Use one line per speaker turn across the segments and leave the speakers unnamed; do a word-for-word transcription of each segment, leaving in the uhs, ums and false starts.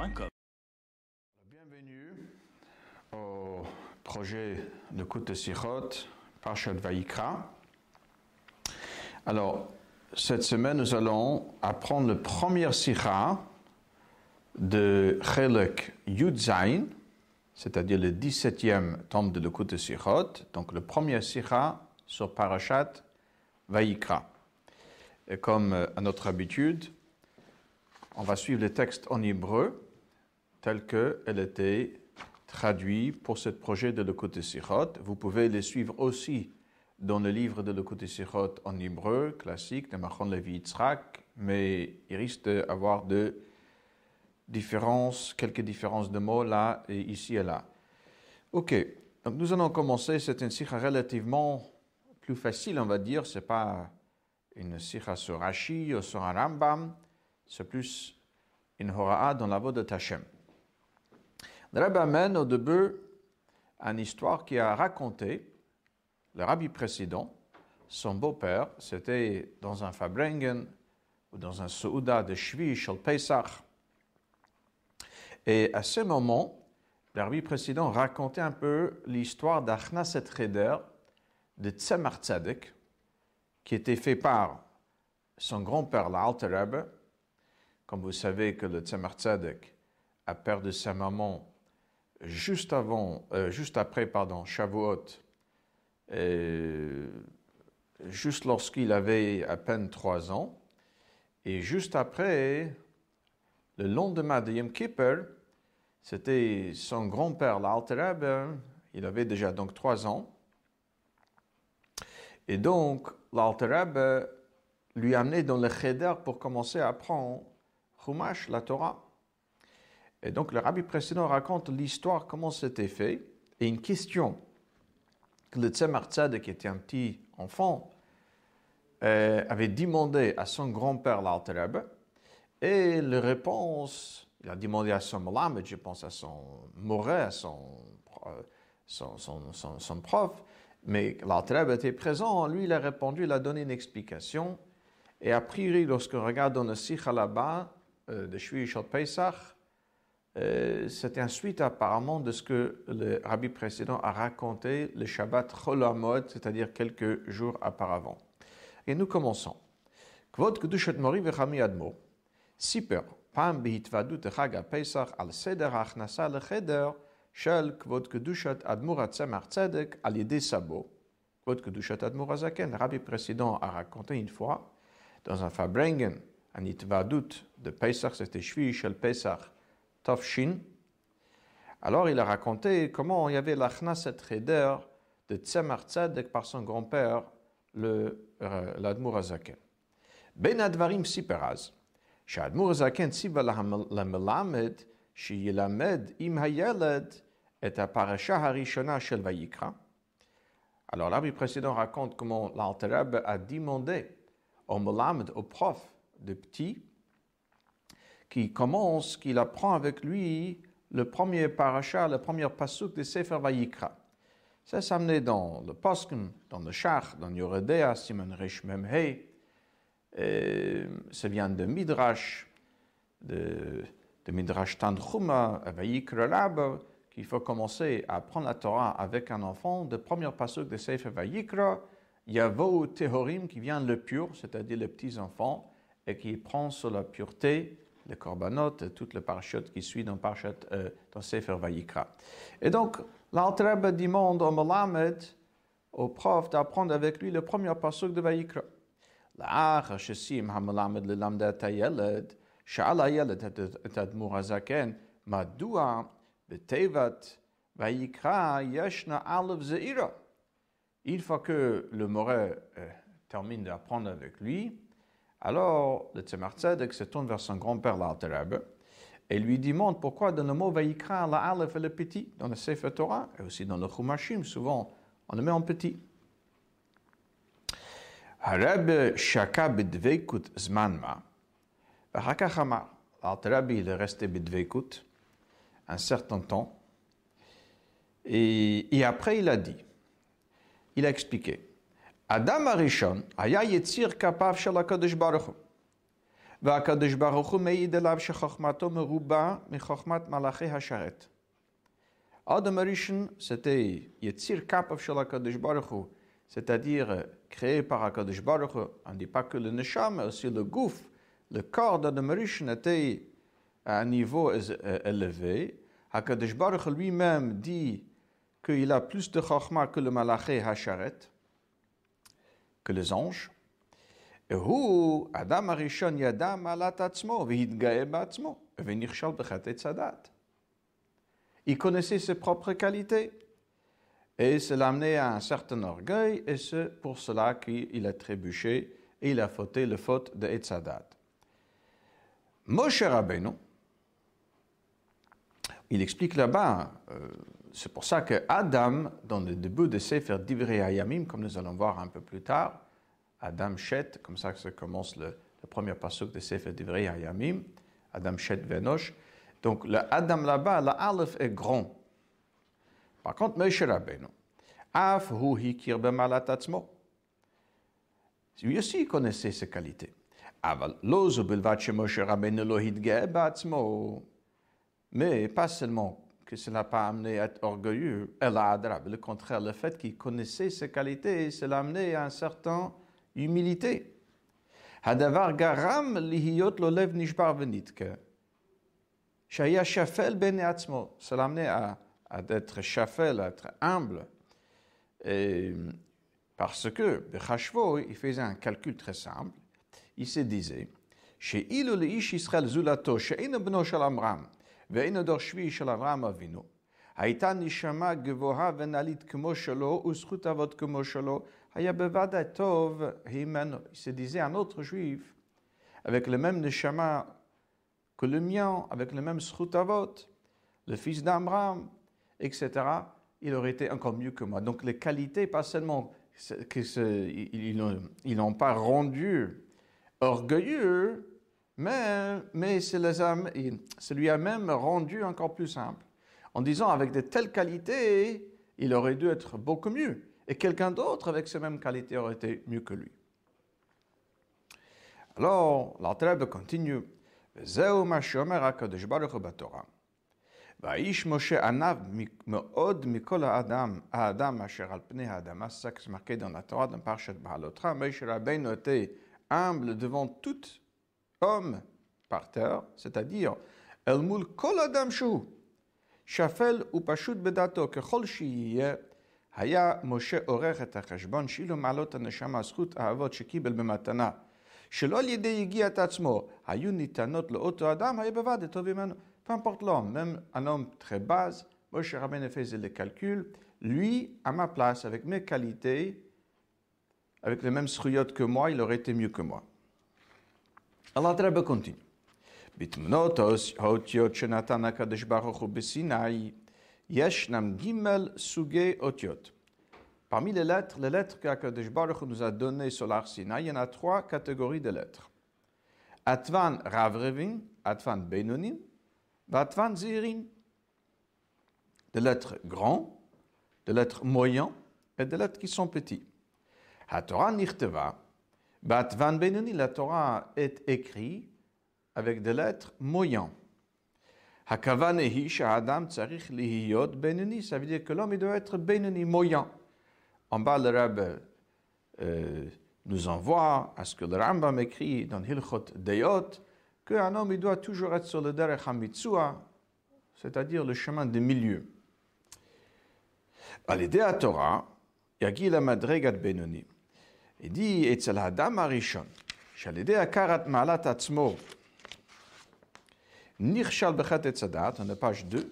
point com.
Bienvenue au projet de Kut Sichot, Parshat Vayikra. Alors, cette semaine, nous allons apprendre le premier Sicha de Chelek Yud Zayin, c'est-à-dire le dix-septième tome de Kut Sichot, donc le premier Sicha sur Parashat Vayikra. Et comme à notre habitude, on va suivre le texte en hébreu tel qu'elle était traduite pour ce projet de Kut Sichot. Vous pouvez les suivre aussi dans le livre de Kut Sichot en hébreu classique de Machon Levi Yitzhak, mais il risque d'avoir de différences, quelques différences de mots là et ici et là. Ok, donc nous allons commencer. C'est une sikha relativement plus facile, on va dire. C'est pas une sikha sur Rashi ou sur un Rambam, c'est plus une hora'a dans la voie de Hashem. Le Rabbi amène au début une histoire qui a raconté le rabbi précédent, son beau-père, c'était dans un Fabrengen ou dans un Souda de Shvi Shel Pesach. Et à ce moment, le rabbi précédent racontait un peu l'histoire d'Achnaset Cheder de Tzemach Tzedek, qui était fait par son grand-père, l'Alter Rebbe. Comme vous savez que le Tzemach Tzedek a perdu sa maman juste avant, euh, juste après, pardon, Shavuot, euh, juste lorsqu'il avait à peine trois ans, et juste après, le lendemain de Yom Kippur, c'était son grand-père, l'Alter Rebbe, il avait déjà donc trois ans, et donc l'Alter Rebbe lui a amené dans le Cheder pour commencer à apprendre Chumash, la Torah. Et donc le rabbi précédent raconte l'histoire, comment c'était fait, et une question que le Tzemach Tzedek, qui était un petit enfant, euh, avait demandé à son grand-père, l'Alter Rebbe, et la réponse, il a demandé à son Melamed, je pense à son Moré, à son, euh, son, son, son, son prof, mais l'Alter Rebbe était présent, lui il a répondu, il a donné une explication, et a priori, lorsqu'on regarde dans le Sikha là-bas, euh, de Shvi Shel Pesach, Euh, c'était ensuite apparemment de ce que le rabbi précédent a raconté le Shabbat Chol Hamoed, c'est-à-dire quelques jours auparavant. Et nous commençons. Kvod Kedushat Mori v'Chami Admo, Siper, Pam Behitvadut Chag HaPesach al Seder HaAchnasa LeCheder Shel Kvod Kedushat Admor HaTzemach Tzedek al Yedei Sabo, Kvod Kedushat Admor HaZaken. Le rabbi précédent a raconté une fois, dans un Fabrengen, un Hitvadut de Pesach, c'était Shvi Shel Pesach, Tafshin. Alors il a raconté comment il y avait l'Achnaset Cheder de Tzemach Tzedek par son grand-père, le euh, l'Admor HaZaken. Ben advarim siperaz, שהאדמו"ר הזקן ציווה למלמד שילמד עם הילד את הפרשה הראשונה של ויקרא. Alors l'rabbi précédent raconte comment l'Alter Rebbe a demandé au melamed, au prof de petit, qui commence, qu'il apprend avec lui le premier parasha, le premier pasuk de Sefer Vayikra. Ça s'amenait dans le Poskim, dans le Shach, dans Yoredea, Siman Resh Mem Hei. Ça vient de Midrash, de, de Midrash Tanchuma, Vayikra Rabba, qu'il faut commencer à apprendre la Torah avec un enfant. Le premier pasuk de Sefer Vayikra, Yavo Tehorim, qui vient le pur, c'est-à-dire les petits enfants, et qui prend sur la pureté les korbanot, toute le parashat qui suit dans parashat, euh, dans Sefer Vayikra. Et donc, l'Alter Rebbe demande au Melamed, au prof, d'apprendre avec lui le premier pasuk de Vayikra. לאחר שסיים המלמד ללמד את הילד, שאל הילד את האדמו"ר הזקן, מדוע בתיבת ויקרא ישנה א' זעירה? Une fois que le Moré euh, termine d'apprendre avec lui, alors, le Tzemach Tzedek se tourne vers son grand-père, l'Alter Rebbe, et lui demande pourquoi dans le mot Vayikra, la Aleph et le petit, dans le Sefer Torah, et aussi dans le Chumashim, souvent, on le met en petit. Rebbe shaka b'dveikut zman ma, v'chakach amar. L'Alter Rebbe, il est resté b'dveikut un certain temps, et, et après il a dit, il a expliqué, Adam Arishon aya yetzir kapav shel HaKadosh Baruch Hu. והקדוש ברוך הוא מעיד עליו שחוכמתו מרובה מחוכמת מלאכי השרת. האדם הראשון, c'était יציר כפיו של הקדוש ברוך הוא, c'est-à-dire créé par הקדוש ברוך הוא, on ne dit pas que le neshama, mais aussi le gouffre, le corps d'Adam Rishon était à un niveau élevé. Hakadosh Baruch lui-même dit qu'il a plus de chachma que le malaché hasharet, que les anges. Et hu Adam Rishon yada malat atzmo v'hitgae ba'atzmo v'nichshal b'chat etzadat. Il connaissait ses propres qualités et cela amenait à un certain orgueil, et c'est pour cela qu'il a trébuché et il a fauté le faute de Etzadat. Moshe Rabbeinu, il explique là-bas, euh, c'est pour ça que Adam, dans le début de Sefer Divrei Hayamim, comme nous allons voir un peu plus tard, Adam Shet, comme ça que ça commence le, le premier pasuk de Sefer Divrei Hayamim, Adam Shet Venosh. Donc le Adam là-bas, le Aleph est grand. Par contre, Moshe Rabbeinu, Af hu hikir b'malat atzmo. Lui aussi il connaissait ses qualités. Mais pas seulement que cela n'a pas amené à être orgueilleux, le contraire, le fait qu'il connaissait ses qualités, cela a amené à une certaine humilité. Hadavar garam lihiyot lo lev nishbar v'nitke. Shaya shafel bene atzmo. Cela a amené à, à être shafel, à être humble. Et parce que, Bechashvo, il faisait un calcul très simple. Il se disait, chez Ilo le ish Israël zulato, chez Ino beno shel Amram, ve'ino dor shvi shel Avram avinu, hayta nishama gevoha venalit kemo shelo, uschut avot kemo shelo, haya bevada tov himeno. Il se disait, un autre juif, avec le même nishama que le mien, avec le même schut avot, le fils d'Amram, et cetera, il aurait été encore mieux que moi. Donc les qualités, pas seulement qu'ils n'ont pas rendu orgueilleux, mais, mais ça lui a même rendu encore plus simple. En disant, avec de telles qualités, il aurait dû être beaucoup mieux. Et quelqu'un d'autre avec ces mêmes qualités aurait été mieux que lui. Alors, l'Alter continue. Zeu ma shomer HaKadosh Baruch Hu b'Torah. Va'ish Moshe anav me'od mikol ha'adam, ha'adam asher al pnei ha'adama. C'est ça qui est marqué dans la Torah, dans Parshat Behalotra. Moshe Rabbeinu était humble devant tout homme par terre, c'est-à-dire el mul kol adam shu, shafel u pashut bedato kechol shiyeh, haya Moshe orech et hacheshbon shilo ma'alot haneshama zchut ahavot shekibel b'matana, shelo al yedei yigiat atzmo, hayu nitanot le'oto adam, haya bevad tov imenu. Peu importe l'homme, même un homme très bas, Moshe Rabbeinu faisait les calculs, lui, à ma place, avec mes qualités, avec les mêmes sruyot que moi, il aurait été mieux que moi. Allah Rabbe continue. Bitmnot haotiot shenatan HaKadosh Baruch Hu b'Sinai, yeshnam gimel sugei otiot. Parmi les lettres, les lettres que HaKadosh Baruch Hu nous a données sur l'Ar Sinai, il y en a trois catégories de lettres. Atvan Ravrevin, Atvan Beinonim, Vatvan Zirin. Des lettres grands, des lettres moyens et des lettres qui sont petits. HaTorah Nichteva, Vatvan Benoni, la Torah est écrite avec des lettres moyens. Hakavanehi Sha'adam Tzarich Lihiyot Benoni, ça veut dire que l'homme il doit être Benoni, moyen. En bas, le Rabbe euh, nous envoie à ce que le Rambam écrit dans Hilchot Deyot, qu'un homme il doit toujours être sur le Derech HaMitzua, c'est-à-dire le chemin du milieu. À l'idée à Torah, Yagi la Madregat Benoni. Il dit, Etzel Adam Arishon, Shalidé Akarat Malat Atzmo, Nirshal Bechat Etzadat, on est page deux.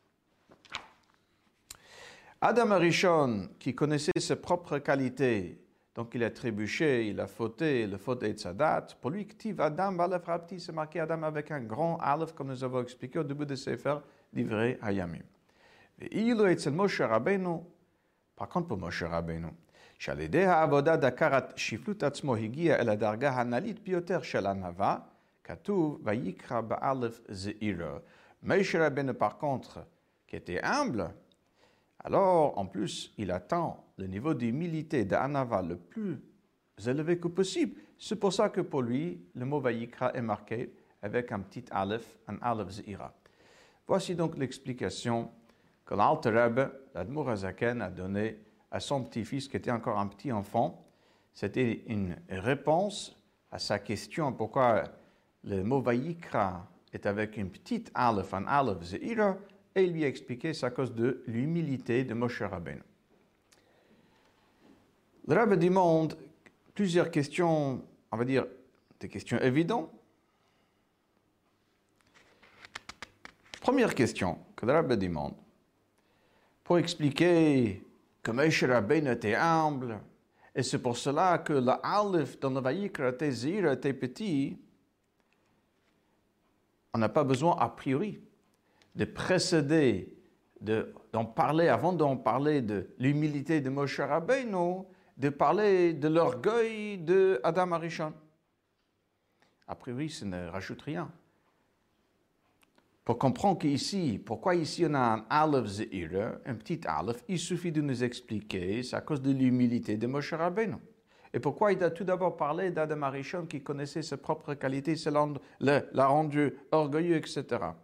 Adam Arishon, qui connaissait ses propres qualités, donc il a trébuché, il a fauté, le faute Etzadat, pour lui, Ktiv Adam Aleph Rapti, c'est marqué Adam avec un grand Aleph, comme nous avons expliqué au début de Sefer Divrei Hayamim. Et il est Moshe Rabbeinu, par contre pour Moshe Rabbeinu, שעל ידי העבודה דקרת שפלות עצמו הגיע אל הדרגה הנעלית ביותר של ענווה, כתוב ויקרא באלף זעירה. Moshe Rabbeinu par contre, qui était humble, alors en plus il atteint le niveau d'humilité d'Anava le plus élevé que possible. C'est pour ça que pour lui, le mot Vayikra est marqué avec un petit aleph, un aleph zeira. Voici donc l'explication que l'Alter Rebbe, l'Admour HaZaken, a donnée à son petit-fils qui était encore un petit enfant. C'était une réponse à sa question pourquoi le mot Vayikra est avec une petite aleph, un aleph zeira, et il lui a expliqué c'est à cause de l'humilité de Moshe Rabbeinu. Le Rebbe demande plusieurs questions, on va dire des questions évidentes. Première question que le Rebbe demande, pour expliquer que Moshe Rabbeinu était humble, et c'est pour cela que le Aleph dans le Vayikra était Zeira, était petit, on n'a pas besoin a priori de précéder, de, d'en parler, avant d'en parler de l'humilité de Moshe Rabbeinu, de parler de l'orgueil de Adam Arishon. A priori, ça ne rajoute rien. Pour comprendre qu'ici, pourquoi ici on a un Aleph Zeira, un petit Aleph, il suffit de nous expliquer, c'est à cause de l'humilité de Moshe Rabbeinu. Et pourquoi il a tout d'abord parlé d'Adam Arishon qui connaissait ses propres qualités, cela l'a rendu orgueilleux, et cetera.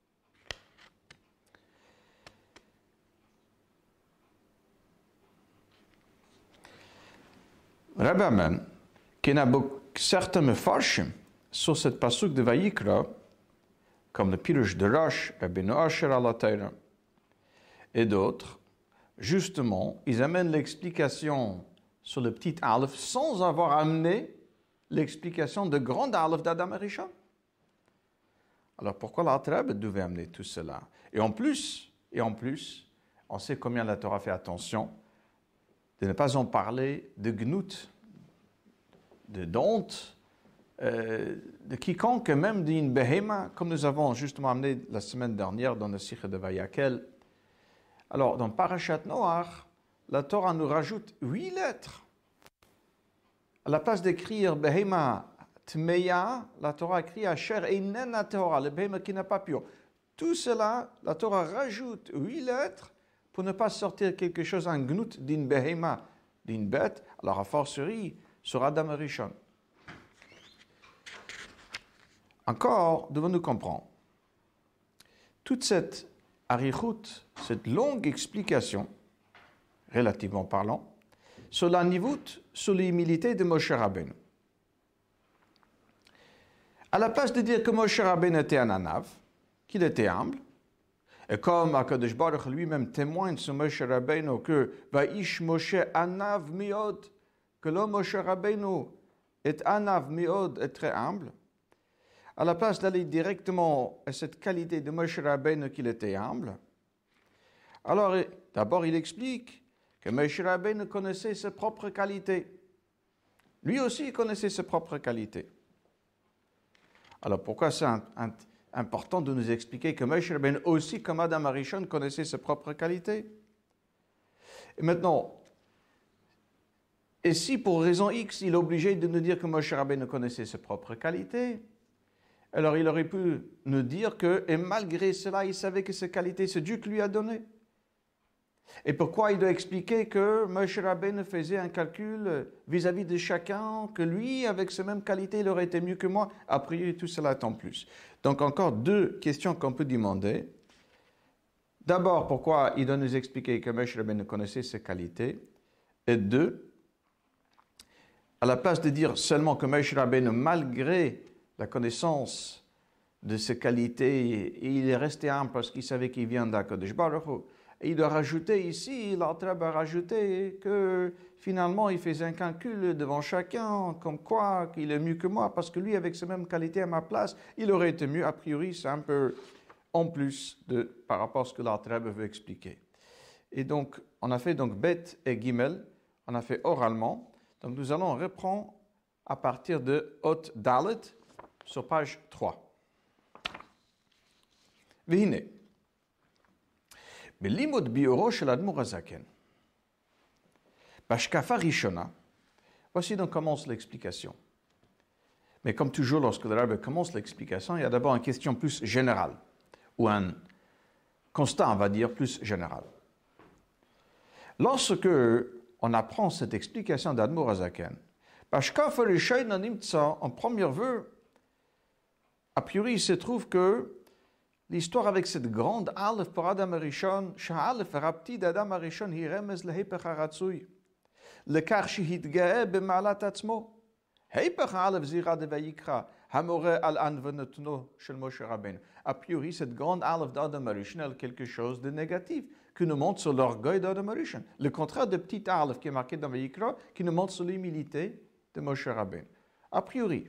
Rabbi Amen, qui n'a certains me fâchent sur cette pasuk de Vayikra, comme le Pirush de Rosh, Rabbeinu Asher al-Atayra, et d'autres, justement, ils amènent l'explication sur le petit Aleph sans avoir amené l'explication de grand Aleph d'Adam Arishon. Alors pourquoi l'Alter Rebbe devait amener tout cela? Et en plus, et en plus, on sait combien la Torah fait attention de ne pas en parler de Gnout, de Donte, euh, de quiconque, même d'une Behema, comme nous avons justement amené la semaine dernière dans le Sikh de Vayakel. Alors, dans Parashat Noach, la Torah nous rajoute huit lettres. À la place d'écrire Behema Tmeya, la Torah écrit Asher Einena Torah, le Behema qui n'a pas pur. Tout cela, la Torah rajoute huit lettres pour ne pas sortir quelque chose en Gnout d'une Behema, d'une bête, alors a fortiori sur Adam Arishon. Encore, devons-nous comprendre, toute cette arichut, cette longue explication, relativement parlant, sur la nivout, sur l'humilité de Moshe Rabbeinu. À la place de dire que Moshe Rabbeinu était un anav, qu'il était humble, et comme HaKadosh Baruch lui-même témoigne sur Moshe Rabbeinu que Va'ish Moshe anav miod, que l'homme Moshe Rabbeinu est anav miod, est très humble, à la place d'aller directement à cette qualité de Moshe Rabbeinu qu'il était humble, alors d'abord il explique que Moshe Rabbeinu connaissait ses propres qualités. Lui aussi il connaissait ses propres qualités. Alors pourquoi c'est un, un, important de nous expliquer que Moshe Rabbeinu aussi, comme Adam Arishon, connaissait ses propres qualités? Et maintenant, et si pour raison X, il est obligé de nous dire que Moshe Rabbeinu connaissait ses propres qualités, alors il aurait pu nous dire que, et malgré cela, il savait que ces qualités, c'est Dieu qui lui a donné. Et pourquoi il doit expliquer que Moshe Rabbeinu faisait un calcul vis-à-vis de chacun, que lui, avec ces mêmes qualités, il aurait été mieux que moi? A priori, tout cela est en plus. Donc encore deux questions qu'on peut demander. D'abord, pourquoi il doit nous expliquer que Moshe Rabbeinu connaissait ses qualités? Et deux, à la place de dire seulement que Moshe Rabbeinu, malgré la connaissance de ses qualités, il est resté humble parce qu'il savait qu'il vient d'Akadosh Baruch Hu. Et il doit rajouter ici, l'Alter Rebbe a rajouté que finalement il faisait un calcul devant chacun, comme quoi qu'il est mieux que moi, parce que lui, avec ces mêmes qualités à ma place, il aurait été mieux. A priori, c'est un peu en plus de, par rapport à ce que l'Alter Rebbe veut expliquer. Et donc, on a fait donc Bet et Gimel, on a fait oralement. Donc nous allons reprendre à partir de Hot Dalet, sur page trois. Vihine. בלימוד ביורו של האדמו"ר הזקן. בהשקפה ראשונה, voici donc commence l'explication. Mais comme toujours, lorsque le Rebbe commence l'explication, il y a d'abord une question plus générale, ou un constat, on va dire, plus général. Lorsque on apprend cette explication d'Admour HaZaken, Bashkaf Rishayna Nimtsa, en premier vœu, a priori, il se trouve que l'histoire avec cette grande Aleph pour Adam Arishon, Sha'alef Rapti d'Adam Arishon, Hiremez lehepech haratzui, lekar shehitgae b'ma'alat atzmo, hepech Aleph zira de Vayikra, hamore al anvenetno shel Moshe Rabbeinu. A priori, cette grande Aleph d'Adam Arishon est quelque chose de négatif, qui nous montre sur l'orgueil d'Adam Arishon. Le contraire de petit Aleph qui est marqué dans Vayikra, qui nous montre sur l'humilité de Moshe Rabbeinu. A priori.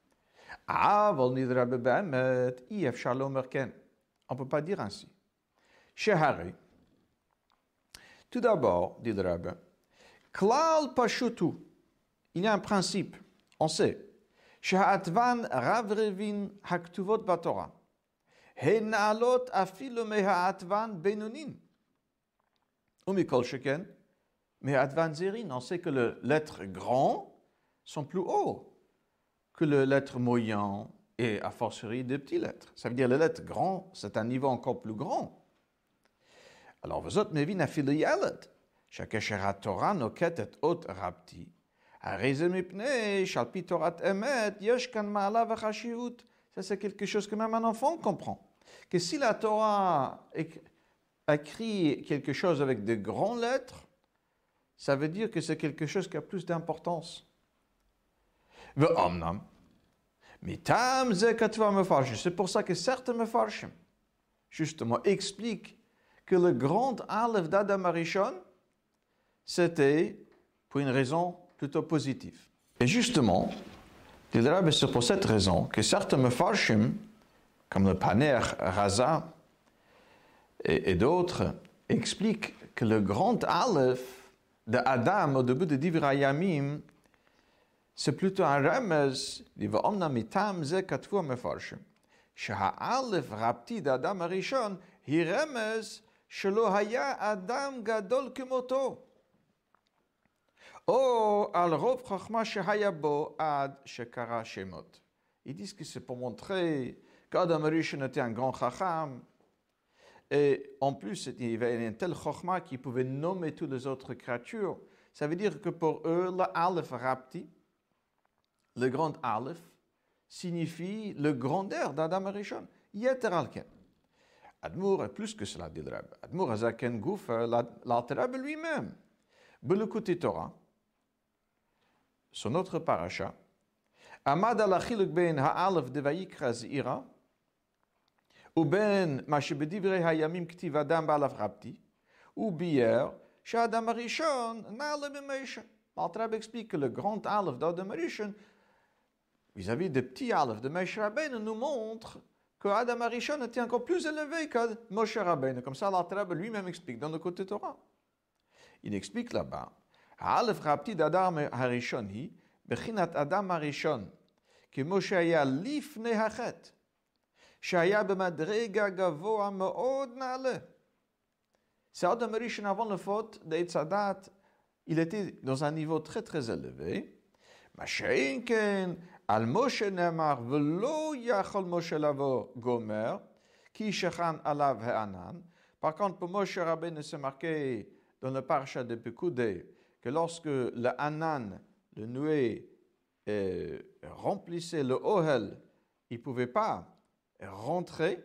Ah, vol nidra be'emet, if shalom erken. On ne peut pas dire ainsi. Shehari. Tout d'abord, dit le rabbin, klal pashutu. Il y a un principe. On sait. Shehatvan ravrevin haktuvot batorah. Henalot afilu mehatvan benunin. Umikol sheken. Mehatvan zerin. On sait que les lettres grands sont plus hauts que les lettres moyennes et a fortiori des petites lettres. Ça veut dire les lettres grandes, c'est un niveau encore plus grand. Alors, vous autres, mevin afilu yalet. Shakesherat Torah noket et ot rapti. Hareze mipnei shalpi Torat emet yesh kan ma'ala v'chashivut. Ça, c'est quelque chose que même un enfant comprend. Que si la Torah écrit quelque chose avec de grandes lettres, ça veut dire que c'est quelque chose qui a plus d'importance. Ve'omnam. Mitam ze katva mefarshim. C'est pour ça que certains mefarshim, justement, expliquent que le grand Aleph d'Adam Arishon, c'était pour une raison plutôt positive. Et justement, c'est pour cette raison que certains mefarshim, comme le Paner Raza et, et d'autres, expliquent que le grand Aleph d'Adam au début de Divrei Hayamim, c'est plutôt un remez, dit V'omna mitam ze katvu mefarshim. Sheha'alef rapti d'Adam Arishon, hi remez shelo haya Adam gadol kemoto. O al rov chachma shehaya bo ad shekara shemot. Ils disent que c'est pour montrer qu'Adam Arishon était un grand chacham. Et en plus, il y avait un tel chachma qui pouvait nommer toutes les autres créatures. Ça veut dire que pour eux, le Aleph rapti, le grand Aleph, signifie le grandeur d'Adam Arishon. Yeter alken. Admour est plus que cela, dit le Rebbe. Admour Azaken Gouf, l'Alter Rebbe lui-même. Belekuti Torah, son autre paracha, Amad al achiluk ben ha'alef de Vayikra z'ira, ou ben ma shebedivrei hayamim ktiv Adam ba'alef rapti, ou bier, sh'Adam Arishon na'ale b'meisha. L'Alter Rebbe explique que le grand Aleph d'Adam Arishon, vis-à-vis des petits Aleph de Moshe Rabbeinu, nous montre que Adam Arishon était encore plus élevé que Moshe Rabbeinu. Comme ça, l'Alter Rebbe lui-même explique dans le côté Torah. Il explique là-bas, Aleph rapti d'Adam Arishon hi, bechinat Adam Arishon, que Moshe haya lifnei hachet, shaya b'madrega gavoa me'od na'ale. C'est Adam Arishon avant la faute d'Etzadat, il était dans un niveau très très élevé. Masha'inken, al Moshe nemar, velo yachol Moshe lavo gomer, ki shechan alav he'anan. Par contre, pour Moshe Rabbeinu, c'est marqué dans le parasha de Pekudei que lorsque le Hanan, le nuée, euh, remplissait le Ohel, il ne pouvait pas rentrer.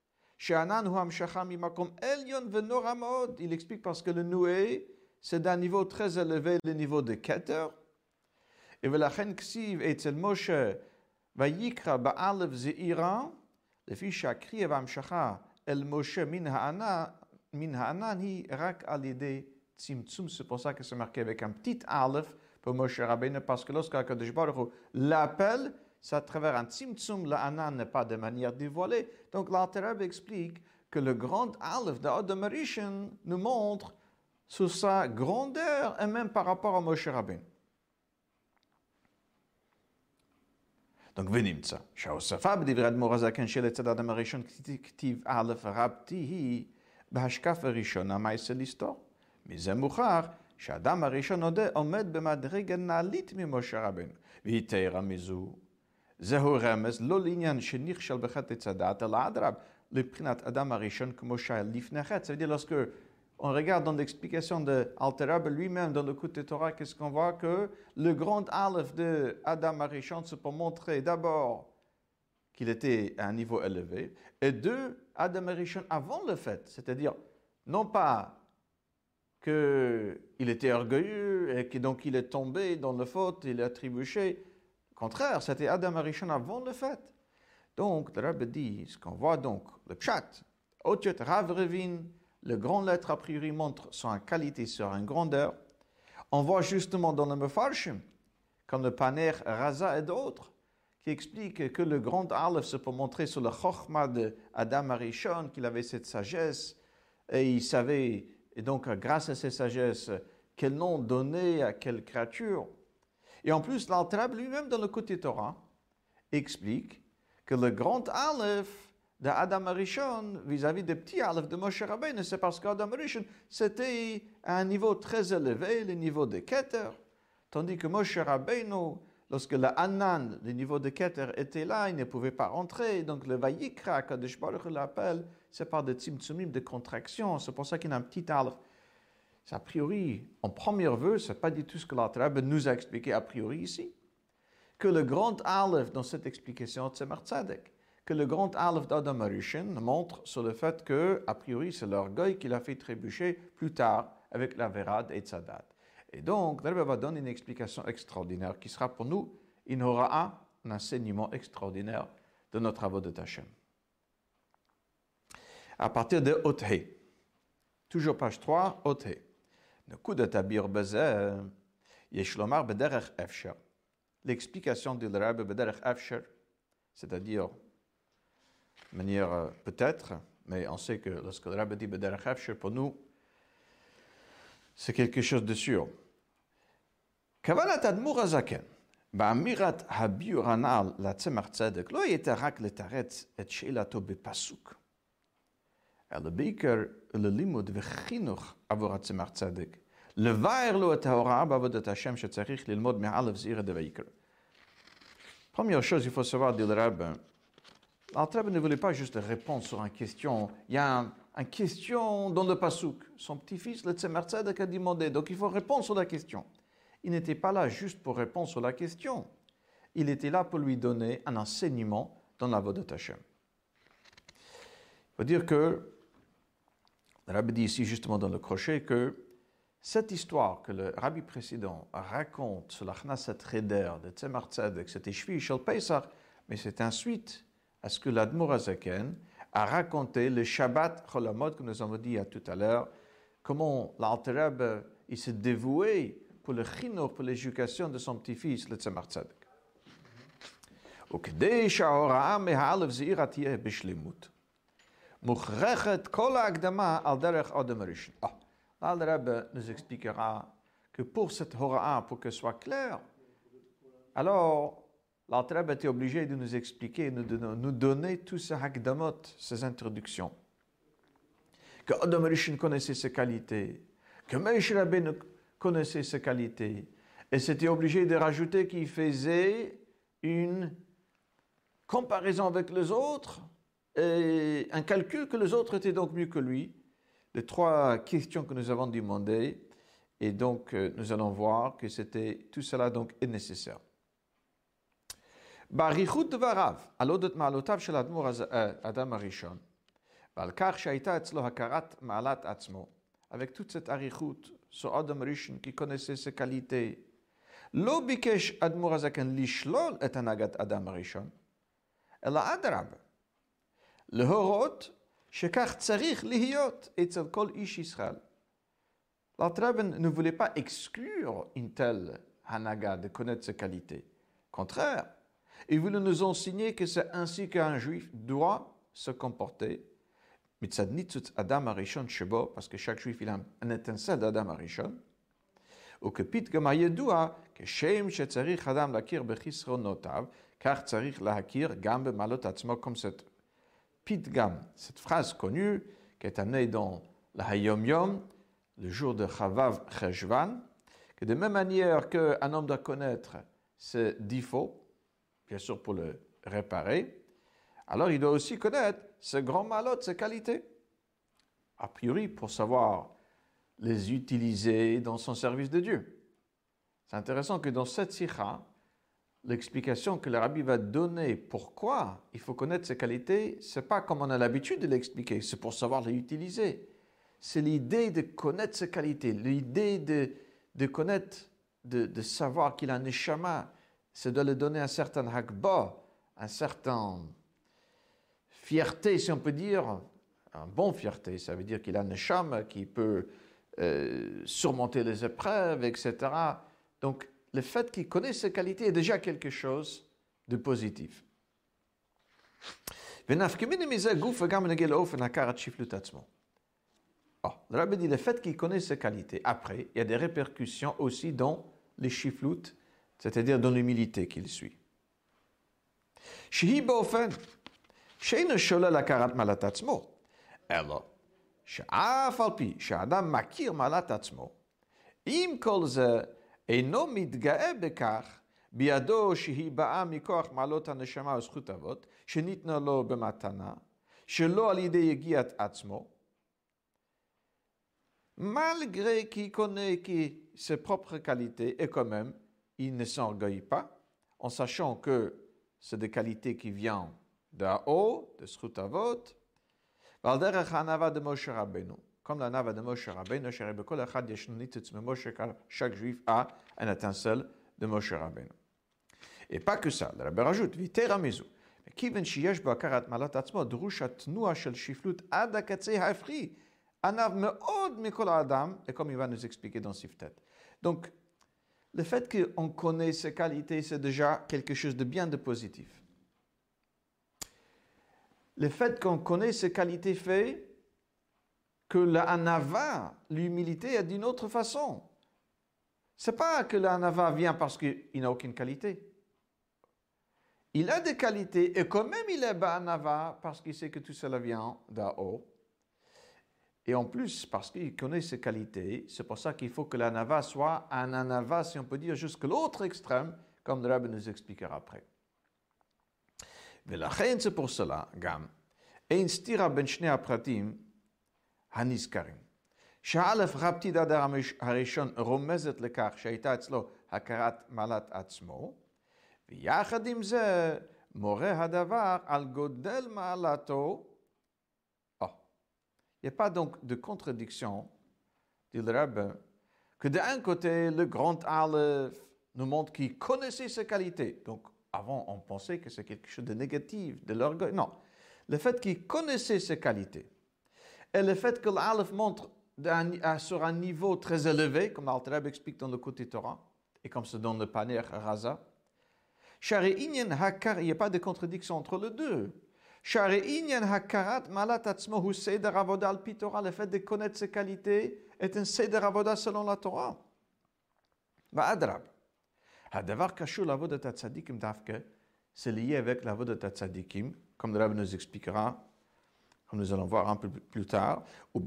Il explique parce que le nuée, c'est d'un niveau très élevé, le niveau de Keter. Et ולכן כסיב אצל משה ויקרא באלף זעירה, לפי שהקריאה והמשכה אל משה מן הענן היא רק על ידי צמצום. C'est pour ça que c'est marqué avec un petit aleph pour Moshe Rabbeinu, parce que lorsque Akadosh Baruch Hu l'appelle, c'est à travers un tzimtzum, le anan n'est pas de manière dévoilée. Donc l'Alter Rebbe explique que le grand aleph d'Adam Arishon nous montre sur sa grandeur et même par rapport à Moshe Rabbeinu. Donc, ונמצא, שהוספה בדברי אדמו"ר הזקן שלצד אדם הראשון כתיב א' רבתי היא בהשקפה ראשונה מעשה לסתור. מזה מוכח שהאדם הראשון עומד במדרגה נעלית ממשה רבנו, והיא תארה מזו. זהו רמז לא לעניין שנכשל בחטא צדעת, אלא אדרבה, לבחינת אדם הראשון כמו שהיה לפני החטא. Ça veut dire lorsque on regarde dans l'explication de Alter Rebbe lui-même dans le Côté Torah, qu'est-ce qu'on voit? Que le grand Aleph de Adam Arishon, c'est pour montrer d'abord qu'il était à un niveau élevé, et deux, Adam Arishon avant le fait, c'est-à-dire non pas qu'il était orgueilleux et que donc il est tombé dans le faute, il a trébuché. Au contraire, c'était Adam Arishon avant le fait. Donc, le Rebbe dit, ce qu'on voit donc, le pshat, Otiot Rav Revin, le grand lettre a priori montre son qualité sur une grandeur. On voit justement dans le Mefarshim, comme le Paner Raza et d'autres, qui expliquent que le grand Aleph se peut montrer sur le Chochma de Adam Arishon, qu'il avait cette sagesse, et il savait, et donc grâce à cette sagesse, quel nom donner à quelle créature. Et en plus, l'Alter Rebbe lui-même dans le Côté Torah explique que le grand Aleph de Adam Arishon vis-à-vis des petits Aleph de Moshe Rabbeinu, c'est parce qu'Adam Arishon c'était à un niveau très élevé, le niveau de Keter, tandis que Moshe Rabbeinu, lorsque le Hanan, le niveau de Keter était là, il ne pouvait pas rentrer, donc le Vayikra, Kadosh Baruch Hu l'appelle, c'est par des tzimtzumim, de contractions, c'est pour ça qu'il y a un petit Aleph. A priori, en premier vœu, ce n'est pas du tout ce que l'Alter Rebbe nous a expliqué a priori ici. Que le grand Aleph dans cette explication de Tzemach Tzedek, que le grand Aleph d'Adam Arishon montre sur le fait que, a priori, c'est l'orgueil qui l'a fait trébucher plus tard avec la Vérad et Tzadat. Et donc, le Rebbe va donner une explication extraordinaire qui sera pour nous une hora'a, un enseignement extraordinaire de notre travaux de Tachem. À partir de Othé, toujours page trois, Othé. Nekudat Abir Bezer, Yeshlomar Bederech Efsher. L'explication du Rebbe Bederech Efsher, c'est-à-dire, de manière euh, peut-être, mais on sait que lorsque le Rebbe dit Bederech Efsher, pour nous, c'est quelque chose de sûr. Kavanat Admur Hazaken, Ba'amirat Habir Anal la Tzemach Tzedek, lo yeta rak letaretz et she'elato bepasuk. אלא בעיקר ללימוד וחינוך עבור הצמח צדק. לבאר לו את ההוראה בעבודת השם שצריך ללמוד מאלף זעירא דויקרא. Première chose, il faut savoir, dit le Rebbe, l'Alter Rebbe ne voulait pas juste répondre sur une question. Il y a une question dans le Pasuk. Son petit-fils, le Tzemach Tzedek, a demandé. Donc il faut répondre sur la question. Il n'était pas là juste pour répondre sur la question. Il était là pour lui donner un enseignement dans la Avodat Hashem. Il faut dire que le Rabbi dit ici justement dans le crochet que cette histoire que le Rabbi précédent raconte sur la Knesset Cheder de Tzemach Tzedek, c'était Shvi Shel Pesach, mais c'est ensuite à ce que l'Admor Hazaken a raconté le Shabbat Chol Hamoed que nous avons dit à tout à l'heure, comment l'Alter Rebbe il s'est dévoué pour le chinour, pour l'éducation de son petit-fils, le Tzemach Tzedek. וכדי שההוראה מהאלף זעירא תהיה בשלמות. מוכרחת כל ההקדמה על דרך אדם הראשון. Là, le Rebbe nous expliquera que pour cette hora'a, pour qu'elle soit claire, alors l'Alter Rebbe était obligé de nous expliquer, de nous donner tous ces hakdamot, ces introductions. Que Adam Rishon connaissait ses qualités, que Moshe Rabbeinu connaissait ses qualités, et c'était obligé de rajouter qu'il faisait une comparaison avec les autres, et un calcul que les autres étaient donc mieux que lui. Les trois questions que nous avons demandées, et donc euh, nous allons voir que c'était tout cela donc est nécessaire. באריכות דבריו על אודות מעלותיו של האדמו"ר אדם הראשון, ועל כך שהייתה אצלו הכרת מעלת עצמו, avec toute cette אריכות sur אדם הראשון qui connaissait ses qualités, לא ביקש אדמו"ר הזקן לשלול את הנהגת אדם הראשון, אלא אדרבה, להורות שכך צריך להיות אצל כל איש ישראל. L'Alter Rebbe ne voulait pas exclure une telle hanaga de connaître ses qualités. Au contraire, il voulait nous enseigner que c'est ainsi qu'un juif doit se comporter. Mitzad nitzutz Adam Arishon shebo, parce que chaque juif il a un étincelle d'Adam Arishon. Ou que pitgam hayedua, que shem shetzarich Adam lakir bechisronotav, car tzarich lahakir gam bemalot atzmo, comme cette pitgam, cette phrase connue qui est amenée dans le Hayom Yom, le jour de Chavav Cheshvan, que de même manière qu'un homme doit connaître ses défauts, bien sûr pour le réparer, alors il doit aussi connaître ses grands malotes, ses qualités. A priori, pour savoir les utiliser dans son service de Dieu. C'est intéressant que dans cette sikha, l'explication que le rabbi va donner pourquoi il faut connaître ses qualités, ce n'est pas comme on a l'habitude de l'expliquer, c'est pour savoir les utiliser. C'est l'idée de connaître ses qualités, l'idée de, de connaître, de, de savoir qu'il a un neshama, c'est de lui donner un certain hakba, un certain fierté, si on peut dire, un bon fierté, ça veut dire qu'il a un neshama qui peut euh, surmonter les épreuves, et cetera. Donc, le fait qu'il connaisse ses qualités est déjà quelque chose de positif. Oh, le rabbi dit le fait qu'il connaisse ses qualités. Après, il y a des répercussions aussi dans les shiflut, c'est-à-dire dans l'humilité qu'il suit. שהיא באופן שאינו שולל הכרת מעלת עצמו, אלא שאף על פי שהאדם מכיר מעלת עצמו, עם כל זה אינו מתגאה בכך בידו שהיא באה מכוח מעלות הנשמה וזכות אבות, שניתנה לו במתנה, שלא על ידי יגיעת עצמו, malgré qu'il connaît ses propres qualités, et quand même, il ne s'orgueille pas, en sachant que c'est des qualités qui viennent d'en haut, de Zchut Avot, Valderech Hanava de Moshe Rabbeinu. Comme la Nava de Moshe Rabbeinu, chaque juif a un étincelle de Moshe Rabbeinu. Et pas que ça, le Rabbi rajoute, Vitera Mizu. כיוון שיש בו הכרת מעלת עצמו, דרוש התנועה של שפלות עד הקצה ההפכי, ענב מאוד מכל האדם, et comme il va nous expliquer dans Siftet. Donc, le fait qu'on connaît ses qualités, c'est déjà quelque chose de bien de positif. Le fait qu'on connaît ses qualités fait que la anava, l'humilité, est d'une autre façon. Ce n'est pas que la anava vient parce qu'il n'a aucune qualité. Il a des qualités et quand même il est ba'anava parce qu'il sait que tout cela vient d'en haut. Et en plus, parce qu'il connaît ses qualités, c'est pour ça qu'il faut que l'anava soit un anava, si on peut dire, jusqu'à l'autre extrême, comme le Rabbi nous expliquera après. ולכן c'est pour cela, גם, אין סתירה בין שני הפרטים הנזכרים. שא' רבתי אדר הראשון רומזת לכך שהייתה אצלו הכרת מעלת עצמו, ויחד עם זה מורה הדבר על גודל מעלתו. Il n'y a pas donc de contradiction, dit le Rabbi, que d'un côté, le grand Aleph nous montre qu'il connaissait ses qualités. Donc, avant, on pensait que c'est quelque chose de négatif, de l'orgueil. Non. Le fait qu'il connaissait ses qualités et le fait que l'Aleph montre sur un niveau très élevé, comme l'Alter Rebbe explique dans le côté Torah, et comme c'est dans le Paner Raza, il n'y a pas de contradiction entre les deux. Le fait de connaître ses qualités est un seder avoda selon la Torah. C'est lié avec la vodat tzadikim, comme le Rabbi nous expliquera, comme nous allons voir un peu plus tard.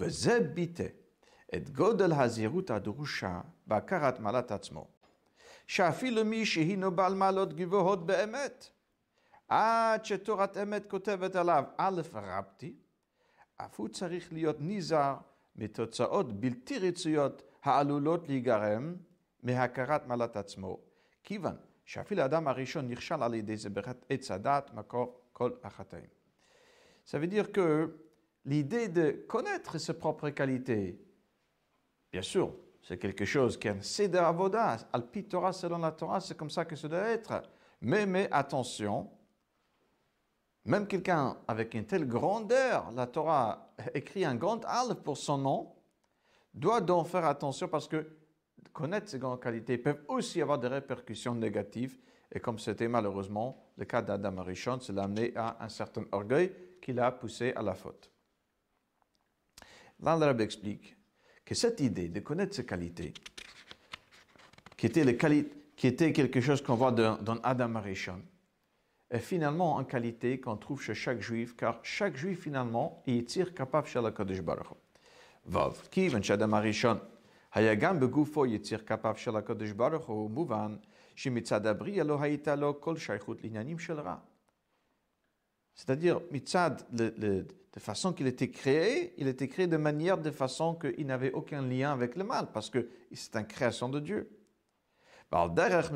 Et godel hazirut adrusha bakarat malat atzmo. שאפילו מי שהינו בעל מעלות גבוהות באמת, עד שתורת אמת כותבת עליו, א' רבתי, אף הוא צריך להיות נזהר מתוצאות בלתי רצויות העלולות להיגרם מהכרת מעלת עצמו, כיוון שאפילו האדם הראשון נכשל על ידי זה בעץ הדעת מקור כל החטאים. Ça veut dire que l'idée de connaître ses propres qualités, bien sûr, c'est quelque chose qui est un seder avoda, al-pi Torah selon la Torah, c'est comme ça que ça doit être. Mais, mais attention, même quelqu'un avec une telle grandeur, la Torah écrit un grand aleph pour son nom, doit donc faire attention parce que connaître ces grandes qualités peuvent aussi avoir des répercussions négatives. Et comme c'était malheureusement le cas d'Adam Arishon, cela a amené à un certain orgueil qui l'a poussé à la faute. Là, le Rabbi explique que cette idée de connaître ses qualités, qui était, les quali- qui était quelque chose qu'on voit dans, dans Adam Arishon, est finalement une qualité qu'on trouve chez chaque juif, car chaque juif finalement est tir capable chez la Kadosh Baruch Hu. Vav, kiven שאדם הראשון היה גם בגופו יציר כפיו של הקדוש ברוך הוא, מובן שמצד הבריאה לא הייתה לו כל שייכות לעניינים של רע. C'est-à-dire, mitzad, le, le, de façon qu'il était créé, il était créé de manière, de façon qu'il n'avait aucun lien avec le mal, parce que c'est une création de Dieu. Comme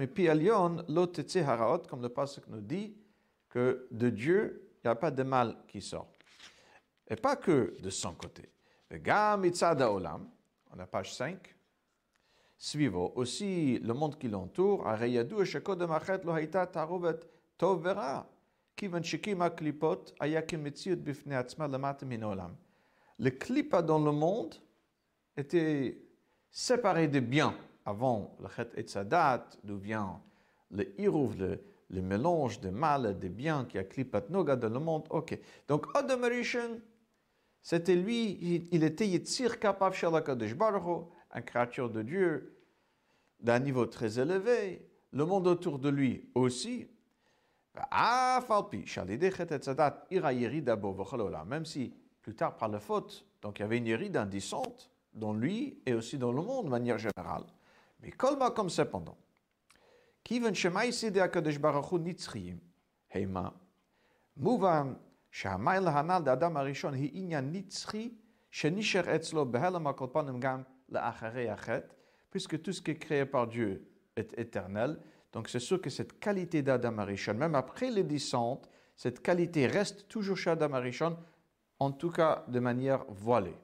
le passage nous dit, que de Dieu, il n'y a pas de mal qui sort. Et pas que de son côté. On a page cinq. Suivant aussi le monde qui l'entoure, le clipa dans le monde était séparé de bien avant le chet et tzadat, d'où vient le hirouv, le, le mélange de mal et de bien qui a clipat noga dans le monde. Ok. Donc Adam Arishon, c'était lui, il était yitzir kapav shel HaKadosh Baruch Hu, une créature de Dieu d'un niveau très élevé, le monde autour de lui aussi. Même si, plus tard, par la faute, donc il y avait une héride indécente dans lui et aussi dans le monde de manière générale. Mais kolma comme cependant. Kiven shemai sidi HaKadosh Baruch Hu nitzchiyim. Heima. Muvan שהמייל הנ"ל לאדם הראשון היא עניין נצחי שנשאר אצלו בהלם על כל פנים גם לאחרי החטא, puisque tout ce qui est créé par Dieu est éternel. Donc c'est sûr que cette qualité d'Adam Arishon, même après les descentes, cette qualité reste toujours chez Adam Arishon, en tout cas de manière voilée.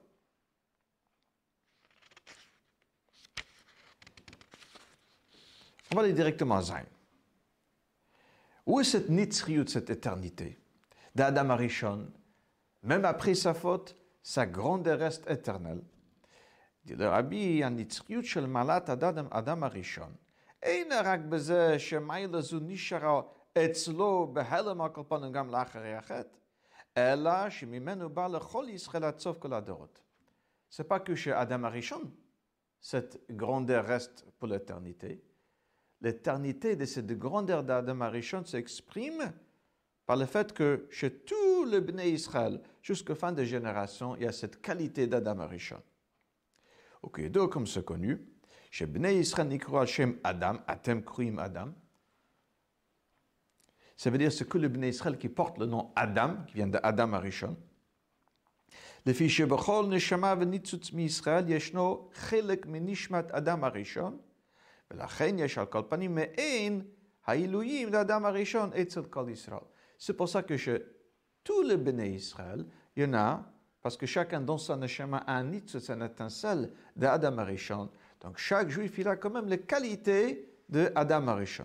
On va aller directement à Zayn. Où est cette nitzriyut, cette éternité d'Adam Arishon? Même après sa faute, sa grandeur reste éternelle. Dit le Rabbi, הניצחיות של מעלת אדם, אדם הראשון, אינה רק בזה שמעלה זו נשארה אצלו בהלם על כל פנים גם לאחרי החטא, אלא שממנו בא לכל ישראל עד סוף כל הדורות. C'est pas que chez Adam Arishon, cette grandeur reste pour l'éternité. L'éternité de cette grandeur d'Adam Arishon s'exprime par le fait que chez tout le Bnei Israël, jusqu'à fin de génération, il y a cette qualité d'Adam Arishon. Ok, donc comme c'est connu, chez Bnei Israël nikru al Shem Adam, Atem kruim Adam. Ça veut dire c'est que le Bnei Israël qui porte le nom Adam, qui vient d'Adam Arishon. לפי שבכל נשמה וניצוץ מישראל ישנו חלק מנשמת אדם הראשון, ולכן יש על כל פנים מעין העילויים לאדם הראשון אצל כל ישראל. C'est pour ça que chez tous les Bnei Israël, il y en a, parce que chacun dans son neshama a un nitzutz, un étincelle d'Adam Arishon. Donc chaque juif, il a quand même les qualités d'Adam Arishon.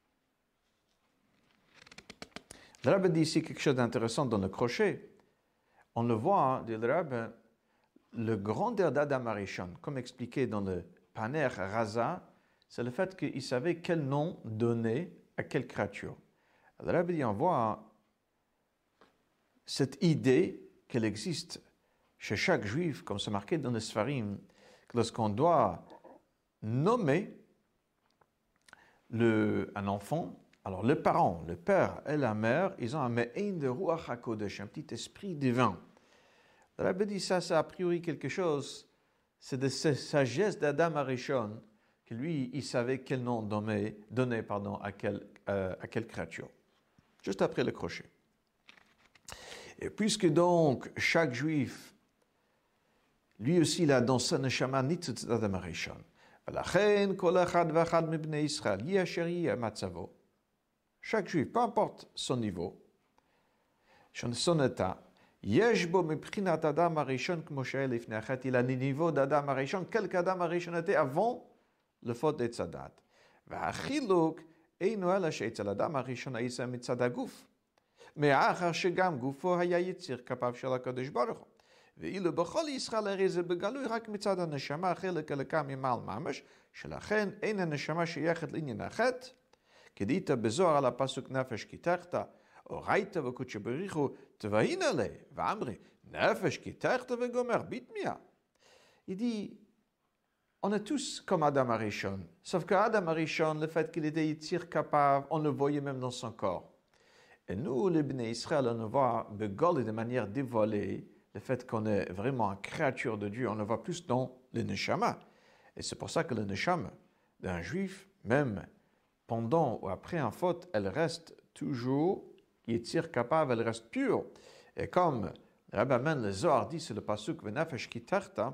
Le Rabbi dit ici quelque chose d'intéressant dans le crochet. On le voit, dit le Rabbi, le grandeur d'Adam Arishon, comme expliqué dans le Paner Raza, c'est le fait qu'il savait quel nom donner à quelle créature. Le Rabbi dit, on voit cette idée qu'elle existe chez chaque juif, comme c'est marqué dans le Sfarim, que lorsqu'on doit nommer le, un enfant, alors le parent, le père et la mère, ils ont un me'in de Ruach HaKodesh, un petit esprit divin. Le Rabbi dit ça, c'est a priori quelque chose, c'est de cette sagesse d'Adam Arishon, que lui, il savait quel nom donner, donner pardon, à, quelle, euh, à quelle créature. Juste après le crochet. Et puisque donc chaque juif, lui aussi, il a dans son neshama nitzutz d'Adam Arishon. ולכן כל אחד ואחד מבני ישראל, יהיה אשר יהיה מצבו. Chaque juif, peu importe son niveau, son état, יש בו מבחינת אדם הראשון כמו שהיה לפני החטא, il a le niveau d'Adam Arishon, quel qu'Adam Arishon était avant le faute d'Etz Hadat. והחילוק אינו אלא שאצל אדם הראשון היצא מצד הגוף. מאחר שגם גופו היה יציר כפיו של הקדוש ברוך הוא. ואילו בכל ישראל הרי זה בגלוי רק מצד הנשמה חלק אלוקה ממעל ממש, שלכן אין הנשמה שייכת לעניין החטא, כדאית בזוהר על הפסוק נפש כי תחתא, או ראית וקודש בריחו תבהין עליה, ואמרי נפש כי תחתא וגומר ביטמיה. Il dit, on est tous comme Adam Arishon, sauf que Adam Arishon, le fait qu'il était yitzir capable, on le voyait même dans son corps. Et nous, les Bnei Israël, on le voit begol de manière dévoilée, le fait qu'on est vraiment une créature de Dieu, on le voit plus dans le neshama. Et c'est pour ça que le neshama d'un juif, même pendant ou après un faute, elle reste toujours Yitzir capable, elle reste pure. Et comme le Rabbi amène le Zohar dit, c'est le pasuk Venafesh Kiterta,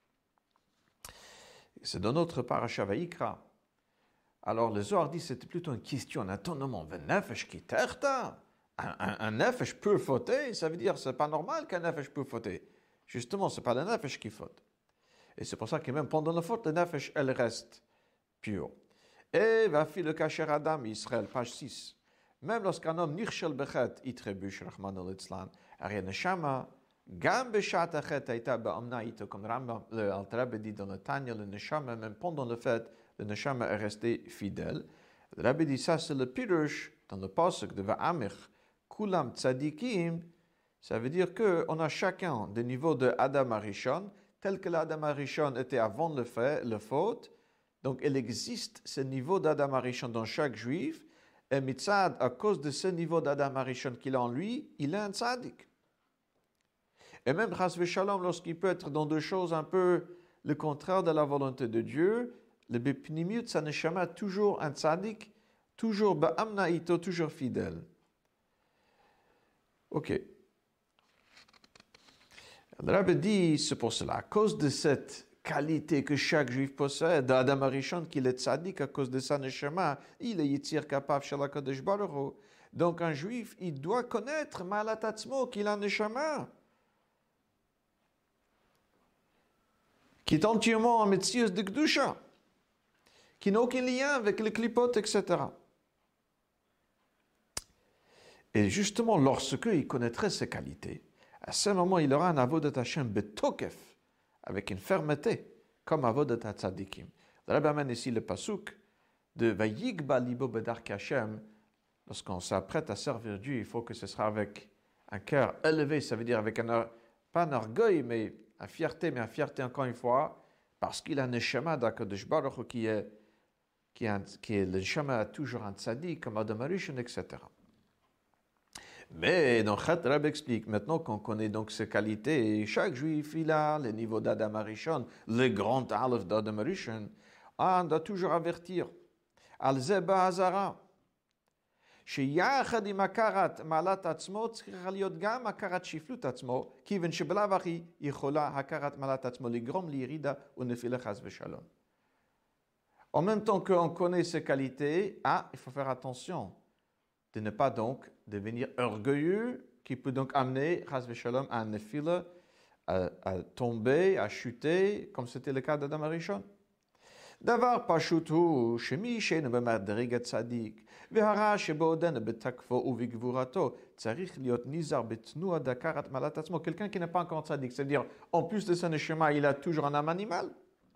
c'est dans notre parasha Vayikra. Alors le Zohar dit, c'était plutôt une question, un étonnement. Venafesh Kiterta, un, un, un nefesh peut fauter, ça veut dire c'est pas normal qu'un nefesh peut fauter. Justement, c'est pas le nefesh qui faute. Et c'est pour ça que même pendant la faute, le nefesh, elle reste pure. Et va fi le kasher Adam, Israël, page six. Même lorsqu'un homme nirshel bechet, il trébuche, Rahman al-Itzlan, rien ne chama, gam beshat achet aita be'amna ito, comme le Alter Rebbe dit dans le Tanya, le neshama, même pendant le fait, le neshama est resté fidèle. Le Rebbe dit ça, c'est le pirush, dans le pasuk de Va'amich, kulam tzadikim, ça veut dire qu'on a chacun des niveaux de Adam Arishon, tel que l'Adam Arishon était avant le fait, le faute. Donc, il existe ce niveau d'Adam Arishon dans chaque juif. Et Mitzad, à cause de ce niveau d'Adam Arishon qu'il a en lui, il est un tzaddik. Et même Chas v'Shalom, lorsqu'il peut être dans deux choses un peu le contraire de la volonté de Dieu, le Bepnimiut, sa neshama, toujours un tzaddik, toujours ba'amna ito, toujours fidèle. Ok. Le Rabbi dit, c'est pour cela, à cause de cette qualité que chaque juif possède, d'Adam Arishon, qu'il est tzaddik, à cause de sa neshama, il est yitzir kapav shel HaKadosh Baruch Hu. Donc un juif, il doit connaître Ma'alat Atzmo, qu'il a neshama, qui est entièrement en Metzius de Kedusha, qui n'a aucun lien avec les klipot, et cetera. Et justement, lorsque il connaîtrait ces qualités, à ce moment, il aura un avodat Hashem betokef, avec une fermeté, comme avodat tzadikim. Le Rabbi amène ici le pasuk de Vayigba libo bedarke Hashem. Lorsqu'on s'apprête à servir Dieu, il faut que ce sera avec un cœur élevé, ça veut dire avec un, pas un orgueil, mais une fierté, mais une fierté encore une fois, parce qu'il a un neshama d'Akadosh Baruch Hu qui est, qui est, qui est le neshama toujours un tzadik, comme Adam Arishon, et cetera. Mais dans Chet, Rabbi explique, maintenant qu'on connaît donc ces qualités, chaque juif, il a le niveau d'Adam Arishon, le grand Aleph d'Adam Arishon, on doit toujours avertir. Al-Zeba Hazara. שיחד עם הכרת מעלת עצמו צריכה להיות גם הכרת שפלות עצמו, כיוון שבלאו הכי יכולה הכרת מעלת עצמו לגרום לירידה ונפילה חס ושלום. En même temps qu'on connaît ces qualités, ah, il faut faire attention de ne pas donc devenir orgueilleux, qui peut donc amener chas v'shalom à un nefila, à, à tomber, à chuter, comme c'était le cas d'Adam Arishon. דבר פשוט הוא שמי שאינו במדרגת צדיק והרע שבעודנו בתקפו ובגבורתו צריך להיות נזהר בתנועה דקרת מעלת עצמו. Quelqu'un qui n'est pas encore tzaddik, c'est-à-dire en plus de son neshama, il a toujours un âme animale.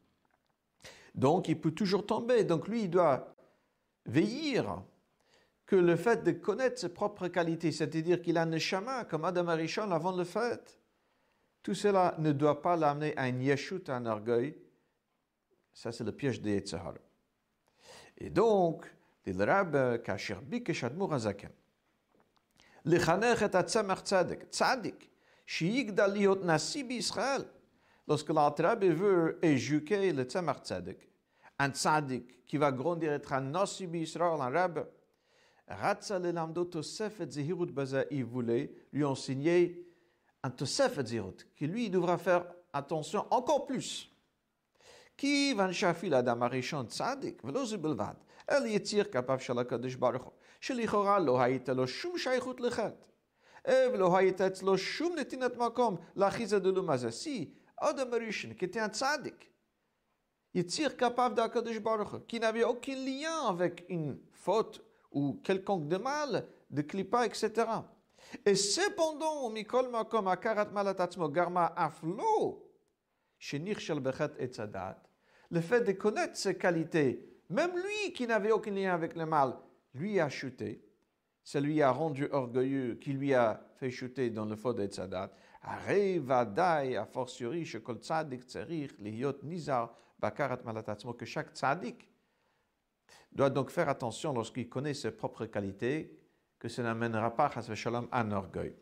Donc il peut toujours tomber. Donc lui, il doit veiller que le fait de connaître ses propres qualités, c'est-à-dire qu'il a un neshama comme Adam Arishon avant le fait, tout cela ne doit pas l'amener à un yeshut, à un orgueil. Ça, c'est le piège des Yetzirah. Et donc, dit le Rabbi, Kasher Bikesh Admur Hazaken, Lechanech et Atzemach Tzadik, Tzadik, Shiyigdal liot nasi b'Israël. Lorsque l'Alter Rebbe veut éduquer le Tzemach Tzadik, un Tzadik qui va grandir être un nasi b'Israël, un Rebbe, Ratza lelamdo tosefet zehirut baza, il voulait lui enseigner un tosefet zehirut, qui lui devra faire attention encore plus. כי ונשאפיל אדם הראשון צדיק, ולא זה בלבד, אלא יציר כפיו של הקדוש ברוך הוא, שלכאורה לא הייתה לו שום שייכות לחטא, ולא הייתה אצלו שום נתינת מקום לאחיזה דלום הזה. Si Adam Arishon, qui était un tzaddik, יציר כפיו d'Akadosh Baruch Hu, qui n'avait aucun lien avec une faute ou quelconque de mal, de klipa, et cetera. Et cependant, mikol makom akarat malat atzmo garma aflo, shenichshel bechet etzadat, le fait de connaître ses qualités, même lui qui n'avait aucun lien avec le mal, lui a chuté, ça lui a rendu orgueilleux, qui lui a fait chuter dans le faux d'Etzadat. Arei vadai a fortiori shekol tzadik tzarich lihiyot nizar bakarat malat atzmo, que chaque tzadik doit donc faire attention lorsqu'il connaît ses propres qualités, que ça n'amènera pas chas v'shalom à un orgueil.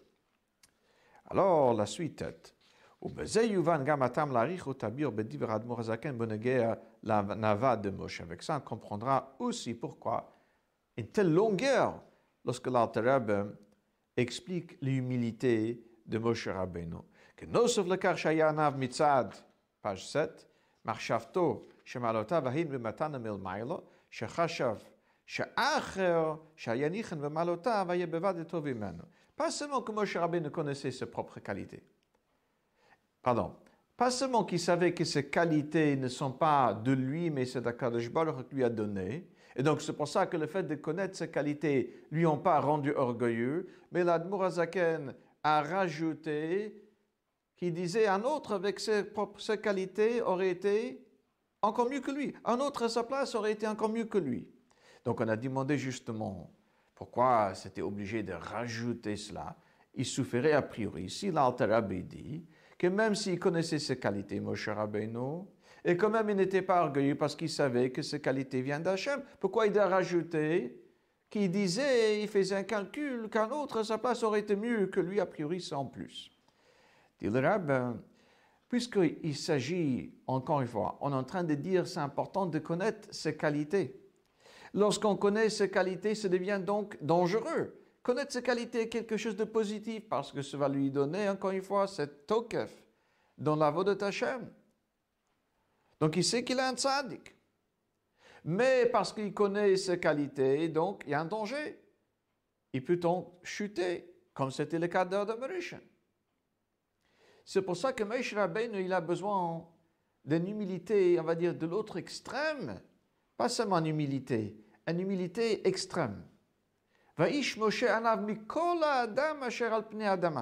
Alors la suite est ובזה יובן גם הטעם להעריך ולהביאו בדברי האדמו"ר הזקן בנוגע לנאווה de Moshe. Avec ça, on comprendra aussi pourquoi une telle longueur lorsque l'Alter Rebbe explique l'humilité de Moshe Rabbeinu. Que nosov lekar shayanav mitzad, page sept, marchavto shemalotav ahin v'matan milmaylo, shechashav she'acher shayanichan v'malotav aye bevad etov imenu. Pas seulement que Moshe Rabbeinu connaissait ses propres qualités. Pardon. Pas seulement qu'il savait que ces qualités ne sont pas de lui, mais c'est d'Akadosh Baruch qui lui a donné. Et donc c'est pour ça que le fait de connaître ces qualités lui ont pas rendu orgueilleux, mais l'Admour Hazaken a rajouté qu'il disait un autre avec ses propres ses qualités aurait été encore mieux que lui. Un autre à sa place aurait été encore mieux que lui. Donc on a demandé justement pourquoi c'était obligé de rajouter cela. Il souffrait a priori. Ici l'Alter Rebbe dit que même s'il connaissait ses qualités, Moshe Rabbeinu, et quand même il n'était pas orgueilleux parce qu'il savait que ses qualités viennent d'Hachem, pourquoi il a rajouté qu'il disait, il faisait un calcul qu'un autre à sa place aurait été mieux que lui, a priori sans plus. Dit le Rabbin, puisqu'il s'agit, encore une fois, on est en train de dire c'est important de connaître ses qualités. Lorsqu'on connaît ses qualités, ça devient donc dangereux. Connaître ses qualités est quelque chose de positif parce que ça va lui donner, encore une fois, cette tokef dans la voie de Hachem. Donc il sait qu'il est un tzaddik. Mais parce qu'il connaît ses qualités, donc il y a un danger. Il peut donc chuter, comme c'était le cas d'Adam Rishon. C'est pour ça que Moshe Rabbeinu, il a besoin d'une humilité, on va dire, de l'autre extrême. Pas seulement une humilité, une humilité extrême. Vaïsh Moshe anav mikol adam asher al pnei adama.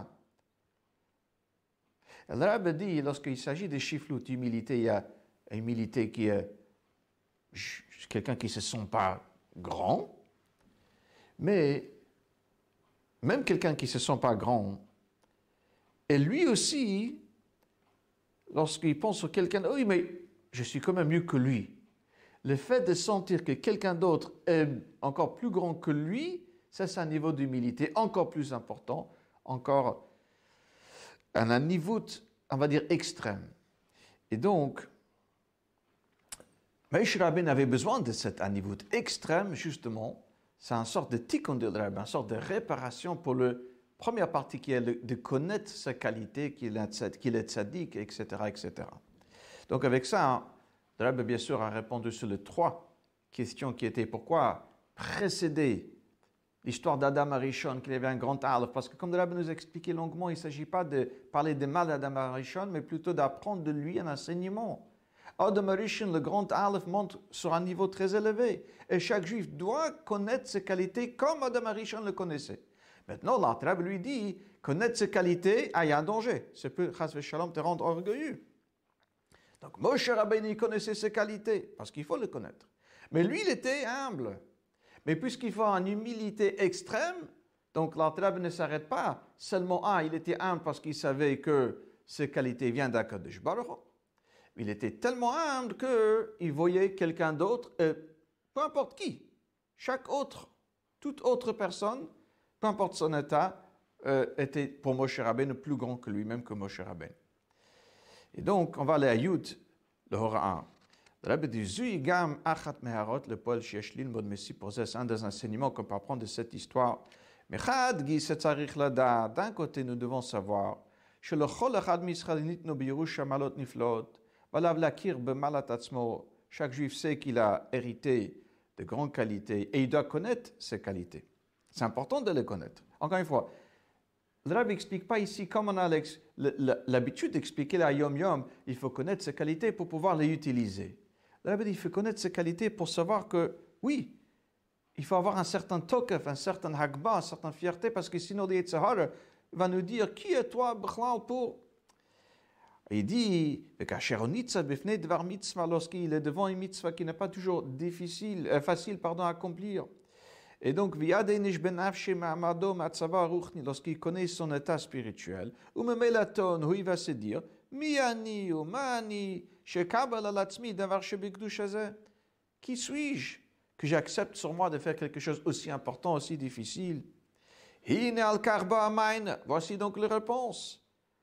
Le Rabbe dit, lorsqu'il s'agit de chiflout, humilité, il y a une humilité qui est quelqu'un qui ne se sent pas grand, mais même quelqu'un qui ne se sent pas grand, et lui aussi, lorsqu'il pense sur quelqu'un, oui, mais je suis quand même mieux que lui. Le fait de sentir que quelqu'un d'autre est encore plus grand que lui, ça c'est un niveau d'humilité encore plus important, encore à un niveau, on va dire, extrême. Et donc, Moshe Rabbeinu avait besoin de cet niveau extrême, justement. C'est une sorte de tikkun de Rabbeinu, une sorte de réparation pour la première partie qui est de connaître sa qualité, qu'il est, qu'il est tzaddik, et cetera, et cetera. Donc avec ça, le Rabbe, bien sûr, a répondu sur les trois questions qui étaient pourquoi précéder l'histoire d'Adam Arishon, qu'il y avait un grand Aleph, parce que comme le Rabbe nous a expliqué longuement, il ne s'agit pas de parler des mal d'Adam Arishon, mais plutôt d'apprendre de lui un enseignement. Adam Arishon, le grand Aleph, monte sur un niveau très élevé, et chaque juif doit connaître ses qualités comme Adam Arishon le connaissait. Maintenant, l'Alter Rebbe lui dit, connaître ses qualités, ah, il y a un danger, ça peut, chas v'shalom, te rendre orgueilleux. Donc, Moshe Rabbeinu connaissait ses qualités, parce qu'il faut le connaître. Mais lui, il était humble. Mais puisqu'il faut une humilité extrême, donc l'Alter Rebbe ne s'arrête pas seulement à, il était humble parce qu'il savait que ses qualités viennent d'Akadosh Baruch Hu. Il était tellement humble qu'il voyait quelqu'un d'autre, euh, peu importe qui, chaque autre, toute autre personne, peu importe son état, euh, était pour Moshe Rabbeinu plus grand que lui-même, que Moshe Rabbeinu. Et donc, on va aller à Yud, le Hora un. Le Rebbe dit, Zui gam achat meharot, le poel shieshlin bod messi possède un des enseignements qu'on peut apprendre de cette histoire. Mechad gi setzarich lada, d'un côté, nous devons savoir, que le chol echad misrael nitno biyerusha malot niflot, valav lakir bemalat atzmo, chaque juif sait qu'il a hérité de grandes qualités et il doit connaître ses qualités. C'est important de les connaître. Encore une fois, le Rabbi n'explique pas ici comme on a l'habitude d'expliquer la Yom Yom, il faut connaître ses qualités pour pouvoir les utiliser. Le Rabbi dit il faut connaître ses qualités pour savoir que, oui, il faut avoir un certain tokef, un certain hagba, une certaine fierté, parce que sinon, le Yetzer Hara va nous dire qui est toi, B'chlal, pour. Il dit, lorsqu'il est devant une mitzvah qui n'est pas toujours difficile, euh, facile pardon, à accomplir. Et donc, lorsqu'il connaît son état spirituel, où il va se dire, qui suis-je que j'accepte sur moi de faire quelque chose aussi important, aussi difficile? Voici donc la réponse.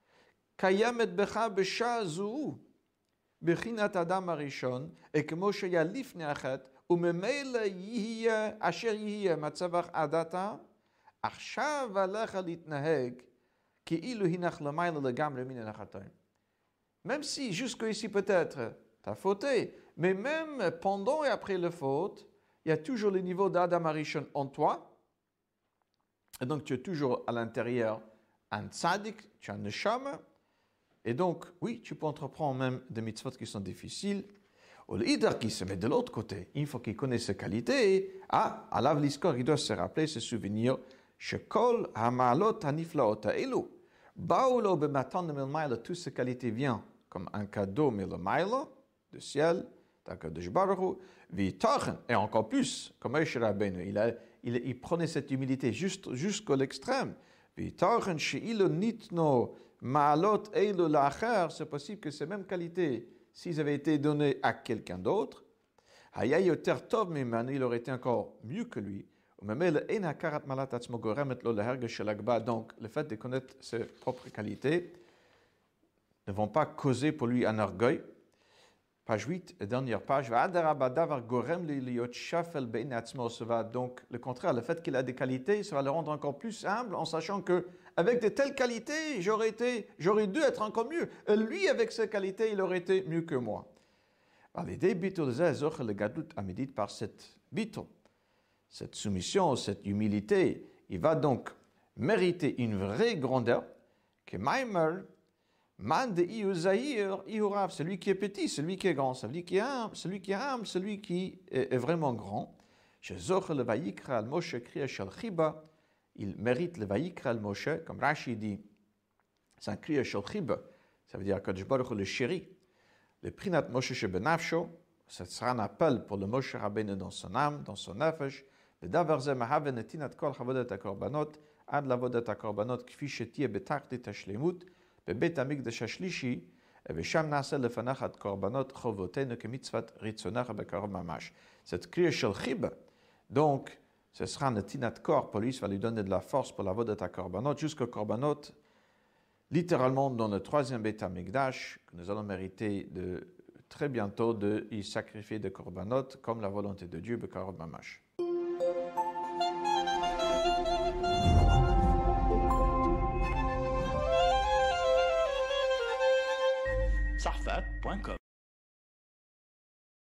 Et que Moshe Yalif Neachet, וממילא יהיה, אשר יהיה מצבך עדתה, עכשיו עליך להתנהג כאילו הנך למעלה לגמרי מן החטאים. Même si jusqu'ici peut-être tu as fauté, mais même pendant et après la faute, il y a toujours le niveau d'Adam Arishon en toi. Et donc tu es toujours à l'intérieur un tzaddik, tu as un neshama. Et donc, oui, tu peux entreprendre même des mitzvot qui sont difficiles. Ou le leader qui se met de l'autre côté, une fois qu'il connaît ses qualités, ah, à l'avliskor, il doit se rappeler, se souvenir, Shekol hamalot haniflaot ha'elu. Baoulo bematan milmaila, toutes ces qualités viennent comme un cadeau milmaila, du ciel, d'Akadosh Baruch Hu, v'yitochen, et encore plus, comme Moshe Rabbeinu, il, a, il, il prenait cette humilité juste, jusqu'à l'extrême. V'yitochen she'ilu nitno ma'alot eilu la'acher, c'est possible que ces mêmes qualités, s'ils avaient été donnés à quelqu'un d'autre, haya yoter tov mimanu, il aurait été encore mieux que lui. Donc, le fait de connaître ses propres qualités ne vont pas causer pour lui un orgueil. Page huit, dernière page. Donc, le contraire, le fait qu'il a des qualités, ça va le rendre encore plus humble en sachant que avec de telles qualités, j'aurais été, j'aurais dû être encore mieux. Et lui, avec ses qualités, il aurait été mieux que moi. Par cette biton, cette soumission, cette humilité, il va donc mériter une vraie grandeur que Maimer, man de Iuzahir, Ihurav, celui qui est petit, celui qui est grand, celui qui est humble, celui qui est humble, celui qui est, est vraiment grand. Chez Zoch le Vayikra al Moshe Kriya Shal Chiba, il mérite le Vayikra al Moshe, comme Rashi dit, c'est un Kriya Shal Chiba, ça veut dire Kadosh Baruch Hu le chéri. Le Prinat Moshe Shebenafsho, ce sera un appel pour le Moshe Rabbeinu dans son âme, dans son nefesh. ודבר זה מהווה נתינת כל עבודת הקורבנות עד לעבודת הקורבנות כפי שתהיה בתחתית השלמות בבית המקדש השלישי ושם נעשה לפניך את קורבנות חובותינו כמצוות רצונך בקרוב ממש. Cette crise של חיבה, donc ce sera נתינת corps pour lui, ça va lui donner de la force pour לעבודת הקורבנות jusqu'aux קורבנות littéralement dans le troisième beit hamikdash que nous allons mériter de très bientôt de y sacrifier des korbanot comme la volonté de Dieu b'karov mamash.
صحفات دوت كوم